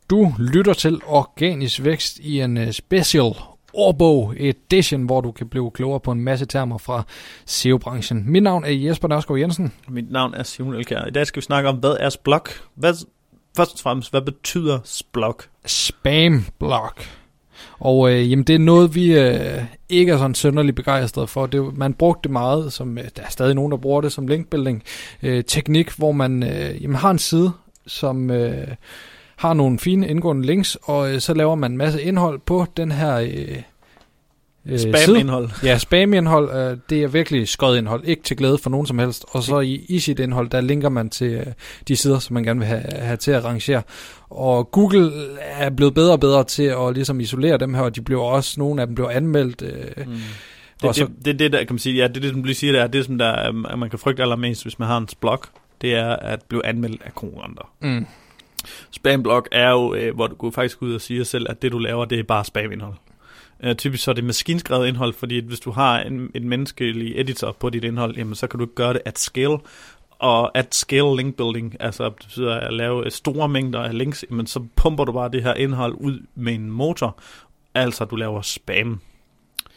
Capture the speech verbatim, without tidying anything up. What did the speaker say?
Du lytter til Organisk Vækst i en special ordbog edition, hvor du kan blive klogere på en masse termer fra S E O-branchen. Mit navn er Jesper Nørskov Jensen. Mit navn er Simon Elkjær. I dag skal vi snakke om, hvad er splok? Hvad, først og fremmest, hvad betyder splok? Spam-blok. Og øh, jamen, det er noget, vi øh, ikke er sådan sønderligt begejstrede for. Det, man brugte det meget, som, øh, der er stadig nogen, der bruger det som linkbuilding øh, teknik, hvor man øh, jamen, har en side, som øh, har nogle fine indgående links, og øh, så laver man en masse indhold på den her øh, øh, spam-indhold. Ja, spam-indhold. Øh, det er virkelig skøjet indhold, ikke til glæde for nogen som helst. Og så i, i sit indhold, der linker man til øh, de sider, som man gerne vil have, have til at rangere. Og Google er blevet bedre og bedre til at ligesom isolere dem her, og de bliver også, nogle af dem bliver anmeldt. Øh, mm. Det, så, det, det, det der kan man sige, ja, det er det, som du lige siger, der er det, som der, at man kan frygte allermest, hvis man har en blog, det er at blive anmeldt af konkurrenter. Mm. Spam-blog er jo, øh, hvor du går faktisk ud og siger selv, at det du laver, det er bare spam-indhold. Uh, typisk så er det maskinskrevet indhold, fordi hvis du har en, en menneskelig editor på dit indhold, jamen, så kan du ikke gøre det at scale. Og at scale link building, altså det betyder at lave store mængder af links, men så pumper du bare det her indhold ud med en motor, altså du laver spam.